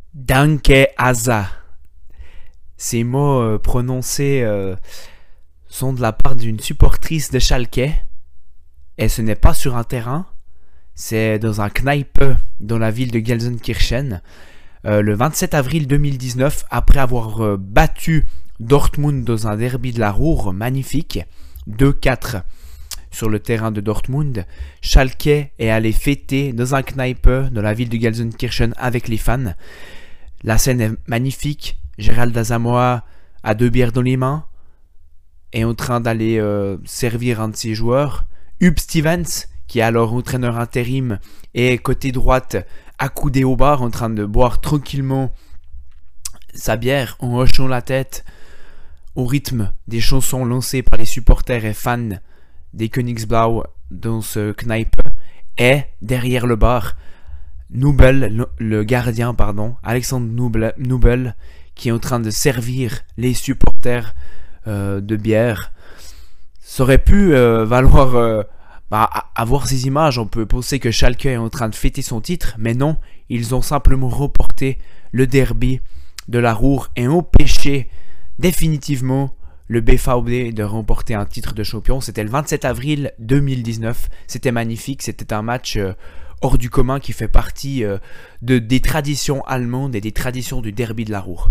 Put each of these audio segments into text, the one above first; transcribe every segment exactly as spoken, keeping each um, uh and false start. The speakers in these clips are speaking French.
Danke Asa. Ces mots euh, prononcés euh, sont de la part d'une supportrice de Schalke. Et ce n'est pas sur un terrain, c'est dans un Kneipe dans la ville de Gelsenkirchen. Euh, le vingt-sept avril deux mille dix-neuf, après avoir euh, battu Dortmund dans un derby de la Ruhr magnifique, deux quatre sur le terrain de Dortmund, Schalke est allé fêter dans un Kneipe dans la ville de Gelsenkirchen avec les fans. La scène est magnifique. Gérald Asamoah a deux bières dans les mains, est en train d'aller euh, servir un de ses joueurs. Huub Stevens, qui est alors entraîneur intérim, est côté droite, accoudé au bar, en train de boire tranquillement sa bière en hochant la tête au rythme des chansons lancées par les supporters et fans des Königsblau dans ce Kneipe. Et derrière le bar, Nubel, le, le gardien, pardon, Alexandre Nubel, Nubel, qui est en train de servir les supporters euh, de bière. Ça aurait pu euh, valoir euh, bah, avoir ces images. On peut penser que Schalke est en train de fêter son titre, mais non, ils ont simplement reporté le derby de la Ruhr et empêché définitivement le B V B de remporter un titre de champion. C'était le vingt-sept avril deux mille dix-neuf. C'était magnifique. C'était un match euh, hors du commun qui fait partie euh, de, des traditions allemandes et des traditions du derby de la Ruhr.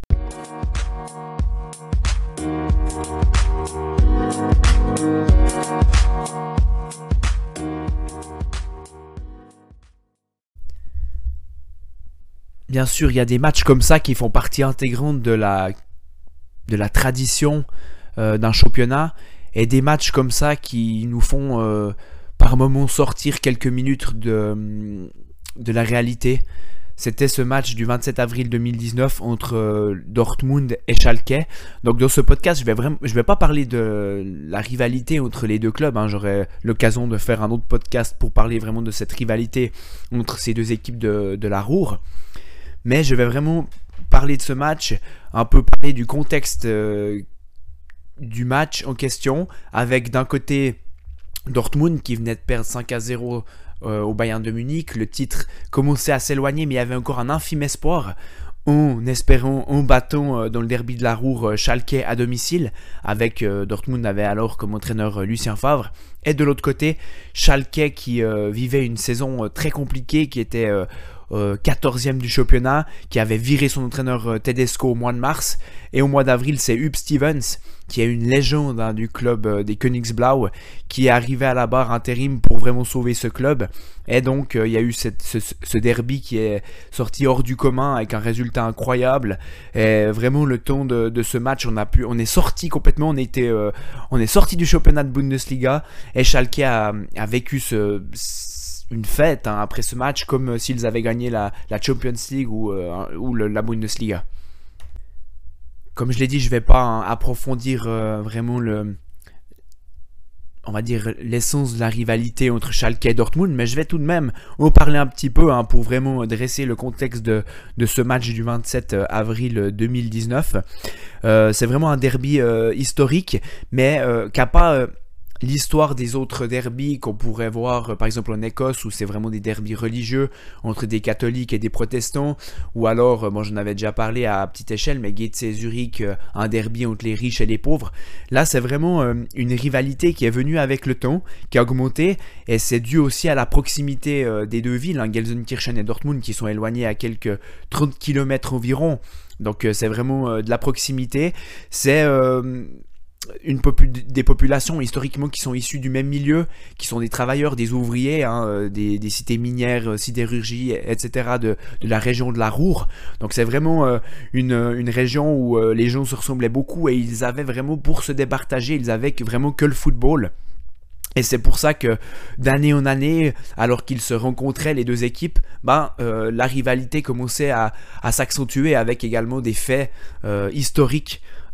Bien sûr, il y a des matchs comme ça qui font partie intégrante de la, de la tradition euh, d'un championnat, et des matchs comme ça qui nous font euh, par moments sortir quelques minutes de, de la réalité. C'était ce match du vingt-sept avril deux mille dix-neuf entre euh, Dortmund et Schalke. Donc dans ce podcast, je vais vraiment, je vais pas parler de la rivalité entre les deux clubs, hein. J'aurai l'occasion de faire un autre podcast pour parler vraiment de cette rivalité entre ces deux équipes de, de la Ruhr. Mais je vais vraiment parler de ce match, un peu parler du contexte euh, du match en question, avec d'un côté Dortmund qui venait de perdre cinq à zéro euh, au Bayern de Munich. Le titre commençait à s'éloigner, mais il y avait encore un infime espoir en espérant, en battant euh, dans le derby de la Ruhr euh, Schalke à domicile, avec euh, Dortmund avait alors comme entraîneur euh, Lucien Favre. Et de l'autre côté, Schalke qui euh, vivait une saison euh, très compliquée, qui était euh, Euh, quatorzième du championnat, qui avait viré son entraîneur euh, Tedesco au mois de mars, et au mois d'avril c'est Huub Stevens, qui est une légende hein, du club euh, des Königsblau, qui est arrivé à la barre intérim pour vraiment sauver ce club. Et donc euh, il y a eu cette, ce, ce derby qui est sorti hors du commun avec un résultat incroyable. Et vraiment le temps de, de ce match, on a pu, on est sorti complètement, on était, euh, on est sorti du championnat de Bundesliga, et Schalke a, a vécu ce, ce une fête hein, après ce match, comme euh, s'ils avaient gagné la, la Champions League ou, euh, ou le, la Bundesliga. Comme je l'ai dit, je ne vais pas hein, approfondir euh, vraiment le, on va dire l'essence de la rivalité entre Schalke et Dortmund, mais je vais tout de même en parler un petit peu hein, pour vraiment dresser le contexte de, de ce match du vingt-sept avril deux mille dix-neuf. Euh, c'est vraiment un derby euh, historique, mais euh, qui n'a pas... Euh, l'histoire des autres derbys qu'on pourrait voir par exemple en Écosse, où c'est vraiment des derbys religieux entre des catholiques et des protestants, ou alors, bon j'en avais déjà parlé à petite échelle, mais Getse et Zurich, un derby entre les riches et les pauvres. Là c'est vraiment euh, une rivalité qui est venue avec le temps, qui a augmenté, et c'est dû aussi à la proximité euh, des deux villes, hein, Gelsenkirchen et Dortmund, qui sont éloignés à quelques trente kilomètres environ. Donc euh, c'est vraiment euh, de la proximité. C'est... Euh, Une popu- des populations historiquement qui sont issues du même milieu, qui sont des travailleurs, des ouvriers, hein, des, des cités minières, sidérurgie, et cetera de, de la région de la Ruhr. Donc c'est vraiment euh, une, une région où euh, les gens se ressemblaient beaucoup, et ils avaient vraiment, pour se départager, ils avaient vraiment que le football. Et c'est pour ça que d'année en année, alors qu'ils se rencontraient les deux équipes, ben, euh, la rivalité commençait à, à s'accentuer avec également des faits euh, historiques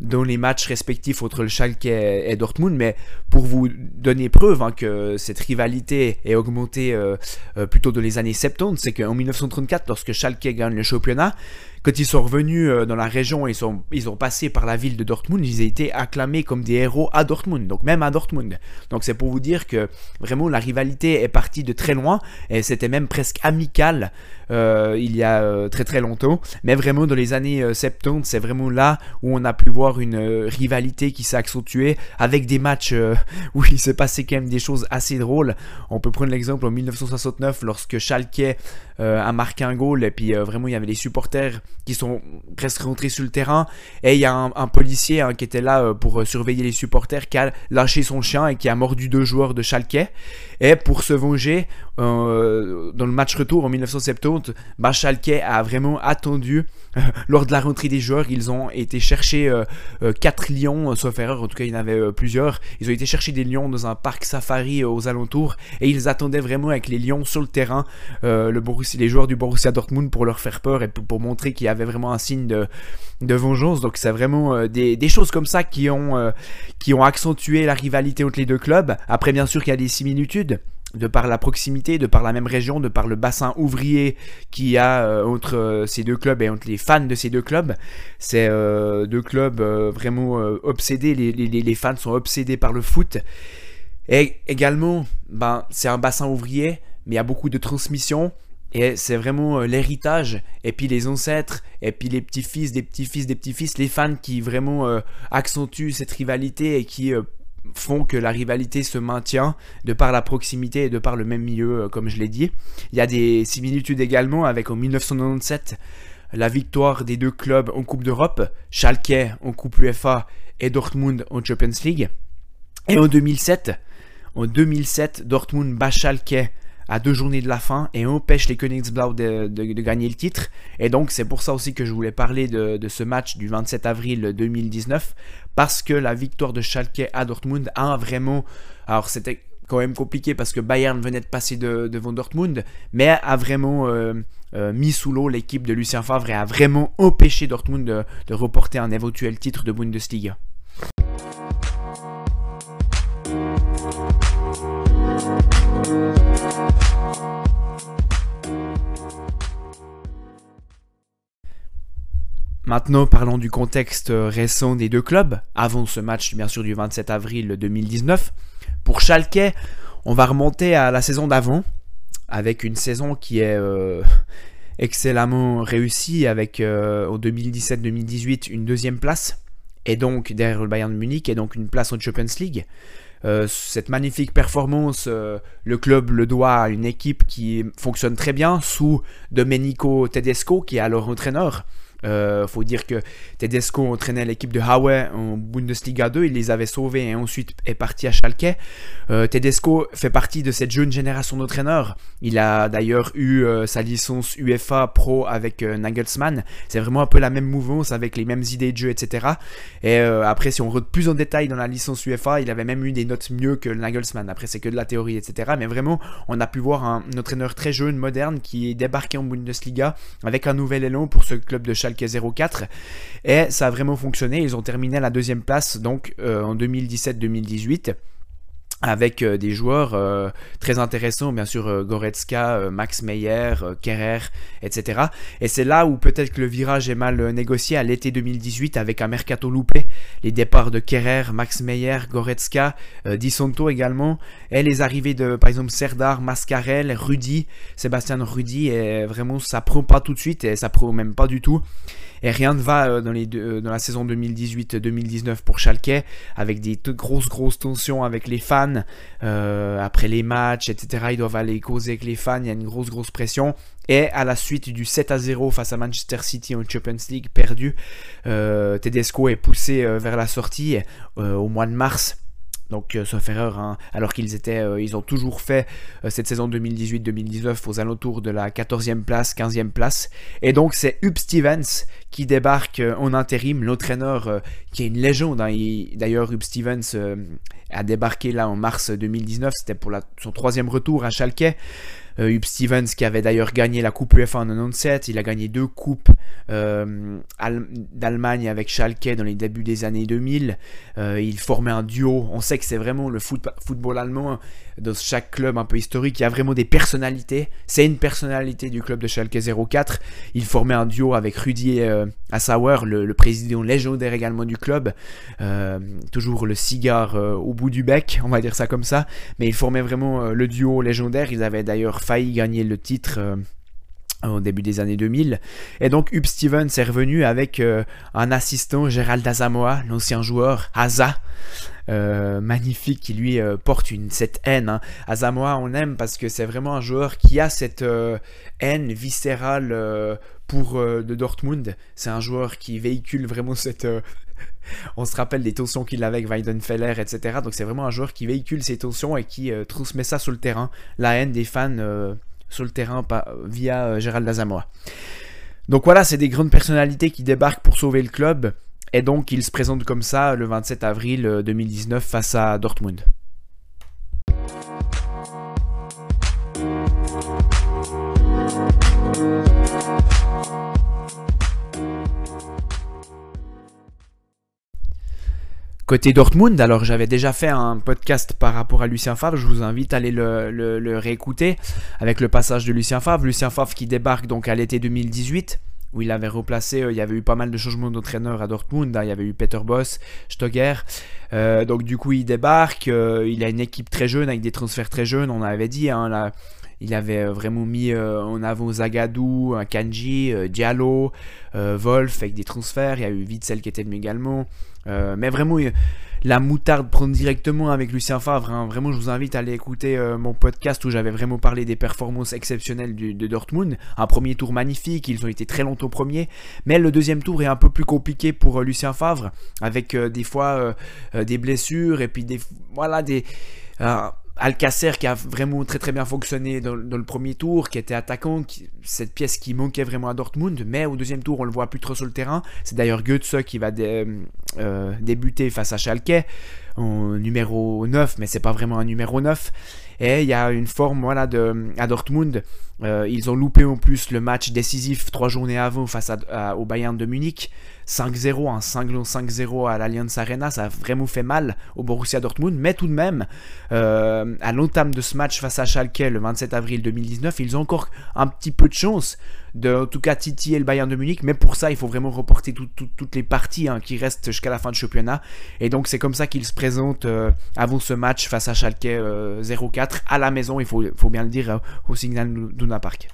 dans les matchs respectifs entre le Schalke et Dortmund, mais pour vous donner preuve hein, que cette rivalité est augmentée euh, euh, plutôt dans les années soixante-dix, c'est qu'en mille neuf cent trente-quatre, lorsque Schalke gagne le championnat, quand ils sont revenus euh, dans la région, ils, sont, ils ont passé par la ville de Dortmund, ils ont été acclamés comme des héros à Dortmund, donc même à Dortmund. Donc c'est pour vous dire que vraiment la rivalité est partie de très loin, et c'était même presque amical euh, il y a euh, très très longtemps, mais vraiment dans les années euh, soixante-dix, c'est vraiment là où on a pu voir une euh, rivalité qui s'est accentuée avec des matchs euh, où il s'est passé quand même des choses assez drôles. On peut prendre l'exemple en mille neuf cent soixante-neuf lorsque Schalke euh, a marqué un goal et puis euh, vraiment il y avait les supporters qui sont presque rentrés sur le terrain et il y a un, un policier hein, qui était là euh, pour euh, surveiller les supporters qui a lâché son chien et qui a mordu deux joueurs de Schalke. Et pour se venger euh, dans le match retour en mille neuf cent soixante-dix, bah, Schalke a vraiment attendu euh, lors de la rentrée des joueurs. Ils ont été chercher euh, euh, quatre lions, euh, sauf erreur, en tout cas il y en avait euh, plusieurs. Ils ont été chercher des lions dans un parc safari euh, aux alentours et ils attendaient vraiment avec les lions sur le terrain euh, le Borussia, les joueurs du Borussia Dortmund pour leur faire peur et pour, pour montrer qu'il y avait vraiment un signe de, de vengeance. Donc c'est vraiment euh, des, des choses comme ça qui ont, euh, qui ont accentué la rivalité entre les deux clubs. Après bien sûr qu'il y a des similitudes de par la proximité, de par la même région, de par le bassin ouvrier qu'il y a euh, entre euh, ces deux clubs et entre les fans de ces deux clubs. C'est euh, deux clubs euh, vraiment euh, obsédés, les, les, les fans sont obsédés par le foot. Et également, ben, c'est un bassin ouvrier, mais il y a beaucoup de transmission. Et c'est vraiment euh, l'héritage, et puis les ancêtres, et puis les petits-fils, des petits-fils, des petits-fils, les fans qui vraiment euh, accentuent cette rivalité et qui euh, font que la rivalité se maintient de par la proximité et de par le même milieu, euh, comme je l'ai dit. Il y a des similitudes également avec en mille neuf cent quatre-vingt-dix-sept, la victoire des deux clubs en Coupe d'Europe, Schalke en Coupe UEFA et Dortmund en Champions League. Et en deux mille sept, en deux mille sept, Dortmund bat Schalke à deux journées de la fin et empêche les Königsblau de, de, de gagner le titre. Et donc c'est pour ça aussi que je voulais parler de, de ce match du vingt-sept avril deux mille dix-neuf, parce que la victoire de Schalke à Dortmund a vraiment... Alors c'était quand même compliqué parce que Bayern venait de passer de, devant Dortmund, mais a vraiment euh, euh, mis sous l'eau l'équipe de Lucien Favre et a vraiment empêché Dortmund de, de reporter un éventuel titre de Bundesliga. Maintenant, parlons du contexte récent des deux clubs, avant ce match bien sûr du vingt-sept avril deux mille dix-neuf. Pour Schalke, on va remonter à la saison d'avant, avec une saison qui est euh, excellemment réussie, avec euh, en deux mille dix-sept deux mille dix-huit une deuxième place, et donc derrière le Bayern de Munich, et donc une place en Champions League. Euh, cette magnifique performance, euh, le club le doit à une équipe qui fonctionne très bien, sous Domenico Tedesco, qui est alors entraîneur. Il euh, faut dire que Tedesco entraînait l'équipe de Haue en Bundesliga deux, il les avait sauvés et ensuite est parti à Schalke. Euh, Tedesco fait partie de cette jeune génération d'entraîneurs. Il a d'ailleurs eu euh, sa licence UEFA Pro avec euh, Nagelsmann. C'est vraiment un peu la même mouvance avec les mêmes idées de jeu, et cetera. Et euh, après, si on rentre plus en détail dans la licence UEFA, il avait même eu des notes mieux que Nagelsmann. Après, c'est que de la théorie, et cetera. Mais vraiment, on a pu voir un, un entraîneur très jeune, moderne, qui est débarqué en Bundesliga avec un nouvel élan pour ce club de Schalke zéro quatre, et ça a vraiment fonctionné. Ils ont terminé à la deuxième place donc euh, en deux mille dix-sept deux mille dix-huit avec euh, des joueurs euh, très intéressants, bien sûr euh, Goretzka, euh, Max Meyer, euh, Kerrer, et cetera. Et c'est là où peut-être que le virage est mal euh, négocié à l'été deux mille dix-huit avec un mercato loupé. Les départs de Kerrer, Max Meyer, Goretzka, euh, Di Santo également, et les arrivées de par exemple Serdar, Mascarel, Rudy, Sébastien Rudy, et vraiment ça prend pas tout de suite et ça prend même pas du tout. Et rien ne va dans, les deux, dans la saison deux mille dix-huit deux mille dix-neuf pour Schalke, avec des grosses grosses tensions avec les fans, euh, après les matchs, et cetera. Ils doivent aller causer avec les fans, il y a une grosse grosse pression. Et à la suite du sept à zéro face à Manchester City en Champions League perdu, euh, Tedesco est poussé euh, vers la sortie euh, au mois de mars. Donc, euh, sauf erreur, hein, alors qu'ils étaient, euh, ils ont toujours fait euh, cette saison deux mille dix-huit deux mille dix-neuf aux alentours de la quatorzième place, quinzième place. Et donc, c'est Huub Stevens qui débarque euh, en intérim, l'entraîneur euh, qui est une légende. Hein. D'ailleurs, Huub Stevens euh, a débarqué là en mars deux mille dix-neuf, c'était pour la, son troisième retour à Schalke. Euh, Huub Stevens qui avait d'ailleurs gagné la Coupe UEFA en quatre-vingt-dix-sept, il a gagné deux coupes euh, d'Allemagne avec Schalke dans les débuts des années deux mille. Euh, il formait un duo, on sait que c'est vraiment le foot, football allemand, dans chaque club un peu historique, il y a vraiment des personnalités, c'est une personnalité du club de Schalke zéro quatre. Il formait un duo avec Rudi euh, Assauer, le, le président légendaire également du club, euh, toujours le cigare euh, au bout du bec, on va dire ça comme ça, mais il formait vraiment euh, le duo légendaire. Ils avaient d'ailleurs failli gagner le titre euh, au début des années deux mille. Et donc Huub Stevens est revenu avec euh, un assistant, Gerald Asamoah, l'ancien joueur, Asa, euh, magnifique, qui lui euh, porte une, cette haine. Hein. Asamoah, on aime parce que c'est vraiment un joueur qui a cette euh, haine viscérale euh, pour euh, de Dortmund. C'est un joueur qui véhicule vraiment cette... Euh, on se rappelle des tensions qu'il avait avec Weidenfeller, et cetera. Donc c'est vraiment un joueur qui véhicule ces tensions et qui euh, transmet ça sur le terrain. La haine des fans... Euh, sur le terrain pas, via euh, Gerald Asamoah. Donc voilà, c'est des grandes personnalités qui débarquent pour sauver le club, et donc ils se présentent comme ça le vingt-sept avril deux mille dix-neuf face à Dortmund. Côté Dortmund, alors j'avais déjà fait un podcast par rapport à Lucien Favre, je vous invite à aller le, le, le réécouter avec le passage de Lucien Favre. Lucien Favre qui débarque donc à l'été deux mille dix-huit, où il avait replacé, euh, il y avait eu pas mal de changements d'entraîneur à Dortmund, hein, il y avait eu Peter Bosz, Stöger, euh, donc du coup il débarque, euh, il a une équipe très jeune avec des transferts très jeunes, on avait dit, hein, là, il avait vraiment mis euh, en avant Zagadou, un Kanji, euh, Diallo, euh, Wolf avec des transferts, il y a eu Witzel qui était venu également. Euh, mais vraiment, la moutarde prend directement avec Lucien Favre. Hein. Vraiment, je vous invite à aller écouter euh, mon podcast où j'avais vraiment parlé des performances exceptionnelles du, de Dortmund. Un premier tour magnifique, ils ont été très longtemps premiers. Mais le deuxième tour est un peu plus compliqué pour euh, Lucien Favre, avec euh, des fois euh, euh, des blessures et puis des voilà des euh, Alcacer qui a vraiment très très bien fonctionné dans, dans le premier tour, qui était attaquant, qui, cette pièce qui manquait vraiment à Dortmund, mais au deuxième tour on le voit plus trop sur le terrain. C'est d'ailleurs Götze qui va dé, euh, débuter face à Schalke en numéro neuf, mais c'est pas vraiment un numéro neuf. Et il y a une forme voilà, de, à Dortmund. Euh, ils ont loupé en plus le match décisif trois journées avant face à, à, au Bayern de Munich. cinq zéro, un cinglant cinq zéro à l'Allianz Arena, ça a vraiment fait mal au Borussia Dortmund. Mais tout de même, euh, à l'entame de ce match face à Schalke le vingt-sept avril deux mille dix-neuf, ils ont encore un petit peu de chance de, en tout cas, titiller le Bayern de Munich. Mais pour ça, il faut vraiment reporter tout, tout, toutes les parties hein, qui restent jusqu'à la fin du championnat. Et donc, c'est comme ça qu'ils se présentent euh, avant ce match face à Schalke euh, zéro quatre à la maison, il faut, faut bien le dire, euh, au Signal Iduna Park.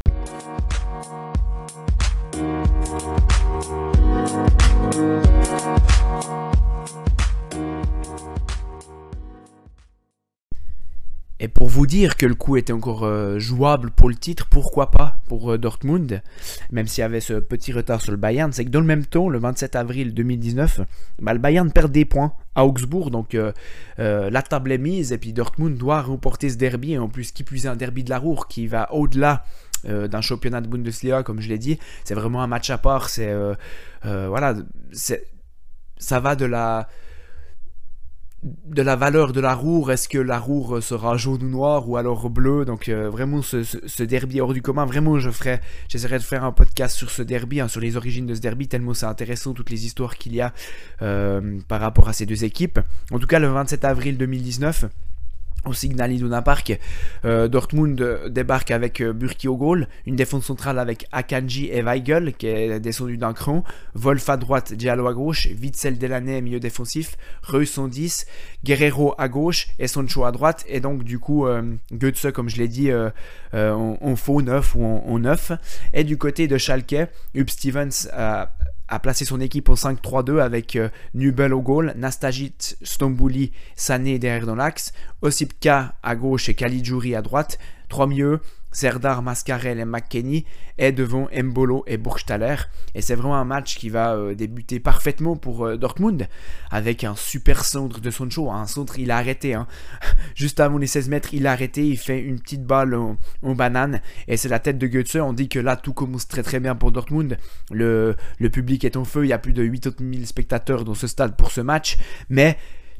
Et pour vous dire que le coup était encore euh, jouable pour le titre, pourquoi pas pour euh, Dortmund, même s'il y avait ce petit retard sur le Bayern, c'est que dans le même temps, le vingt-sept avril deux mille dix-neuf, bah, le Bayern perd des points à Augsbourg, donc euh, euh, la table est mise et puis Dortmund doit remporter ce derby, et en plus qui plus est un derby de la Ruhr qui va au-delà euh, d'un championnat de Bundesliga, comme je l'ai dit, c'est vraiment un match à part, c'est euh, euh, voilà, c'est, ça va de la... de la valeur de la Ruhr, est-ce que la Ruhr sera jaune ou noir ou alors bleu, donc euh, vraiment ce, ce, ce derby hors du commun, vraiment je ferai, j'essaierai de faire un podcast sur ce derby, hein, sur les origines de ce derby, tellement c'est intéressant toutes les histoires qu'il y a euh, par rapport à ces deux équipes. En tout cas le vingt-sept avril deux mille dix-neuf, au Signal Iduna Park, euh, Dortmund débarque avec euh, Burki au goal, une défense centrale avec Akanji et Weigl qui est descendu d'un cran, Wolf à droite, Diallo à gauche, Witzel Delaney milieu défensif, Reus en dix, Guerrero à gauche et Sancho à droite, et donc du coup euh, Götze comme je l'ai dit euh, euh, en, en faux neuf ou en, en neuf, et du côté de Schalke, Huub Stevens a a placé son équipe au cinq trois deux avec euh, Nübel au goal, Nastasic, Stambouli, Sané derrière dans l'axe, Osipka à gauche et Caligiuri à droite, trois milieux, Serdar, Mascarel et McKennie, et devant Mbolo et Burgstaller. Et c'est vraiment un match qui va euh, débuter parfaitement pour euh, Dortmund, avec un super centre de Sancho, un centre il a arrêté, hein. Juste avant les seize mètres il a arrêté, il fait une petite balle en, en banane, et c'est la tête de Götze. On dit que là tout commence très très bien pour Dortmund, le, le public est en feu, il y a plus de huit mille spectateurs dans ce stade pour ce match, mais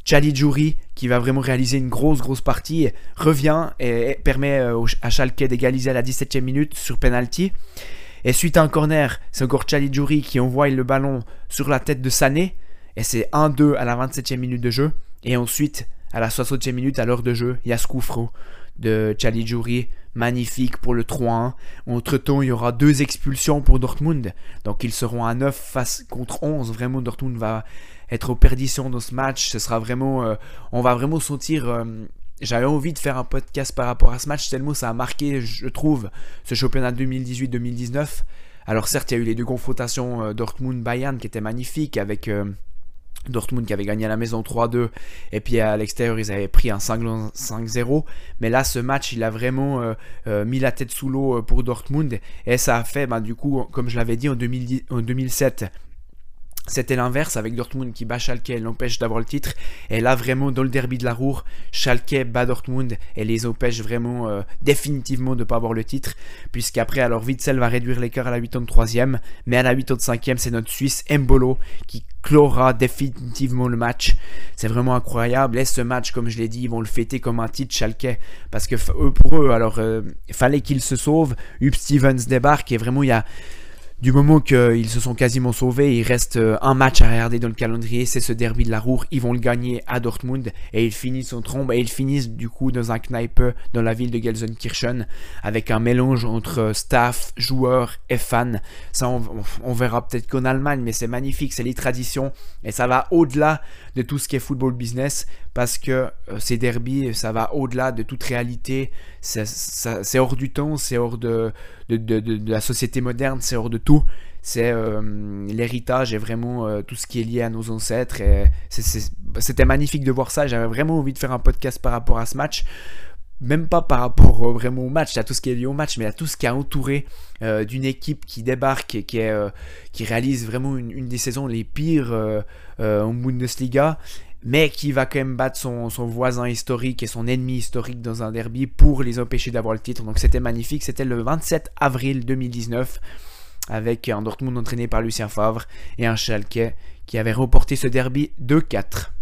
Caligiuri, qui va vraiment réaliser une grosse grosse partie, revient et permet à Schalke d'égaliser à la dix-septième minute sur penalty. Et suite à un corner, c'est encore Caligiuri qui envoie le ballon sur la tête de Sané. Et c'est un deux à la vingt-septième minute de jeu. Et ensuite, à la soixantième minute, à l'heure de jeu, il y a ce coup franc de Caligiuri, magnifique pour le trois un. Entre temps, il y aura deux expulsions pour Dortmund. Donc ils seront à neuf face contre onze. Vraiment, Dortmund va être aux perditions dans ce match. Ce sera vraiment, euh, on va vraiment sentir... Euh, j'avais envie de faire un podcast par rapport à ce match, tellement ça a marqué, je trouve, ce championnat deux mille dix-huit deux mille dix-neuf. Alors certes, il y a eu les deux confrontations euh, Dortmund-Bayern qui étaient magnifiques, avec euh, Dortmund qui avait gagné à la maison trois deux, et puis à l'extérieur, ils avaient pris un cinq zéro. Mais là, ce match, il a vraiment euh, euh, mis la tête sous l'eau pour Dortmund, et ça a fait, bah, du coup, comme je l'avais dit, en, deux mille dix, en deux mille sept... c'était l'inverse, avec Dortmund qui bat Schalke et l'empêche d'avoir le titre. Et là, vraiment, dans le derby de la Ruhr, Schalke bat Dortmund et les empêche vraiment euh, définitivement de ne pas avoir le titre. Puisqu'après, alors Witsel va réduire l'écart à la quatre-vingt-treizième. Mais à la quatre-vingt-cinquième, c'est notre Suisse Embolo qui clora définitivement le match. C'est vraiment incroyable. Et ce match, comme je l'ai dit, ils vont le fêter comme un titre Schalke. Parce que pour eux, alors, euh, il fallait qu'ils se sauvent. Huub Stevens débarque et vraiment, il y a... Du moment qu'ils se sont quasiment sauvés, il reste un match à regarder dans le calendrier, c'est ce derby de la Ruhr. Ils vont le gagner à Dortmund et ils finissent en trombe et ils finissent du coup dans un Kneipe dans la ville de Gelsenkirchen avec un mélange entre staff, joueurs et fans. Ça, on, on verra peut-être qu'en Allemagne, mais c'est magnifique, c'est les traditions et ça va au-delà de tout ce qui est football business parce que euh, ces derbys, ça va au-delà de toute réalité. C'est, ça, c'est hors du temps, c'est hors de, de, de, de, de la société moderne, c'est hors de tout. C'est euh, l'héritage et vraiment euh, tout ce qui est lié à nos ancêtres. Et c'est, c'est, c'était magnifique de voir ça. J'avais vraiment envie de faire un podcast par rapport à ce match. Même pas par rapport euh, vraiment au match, à tout ce qui est lié au match, mais à tout ce qui a entouré euh, d'une équipe qui débarque et qui, est, euh, qui réalise vraiment une, une des saisons les pires euh, euh, en Bundesliga, mais qui va quand même battre son, son voisin historique et son ennemi historique dans un derby pour les empêcher d'avoir le titre. Donc c'était magnifique, c'était le vingt-sept avril deux mille dix-neuf, avec un Dortmund entraîné par Lucien Favre et un Schalke qui avait remporté ce derby deux quatre.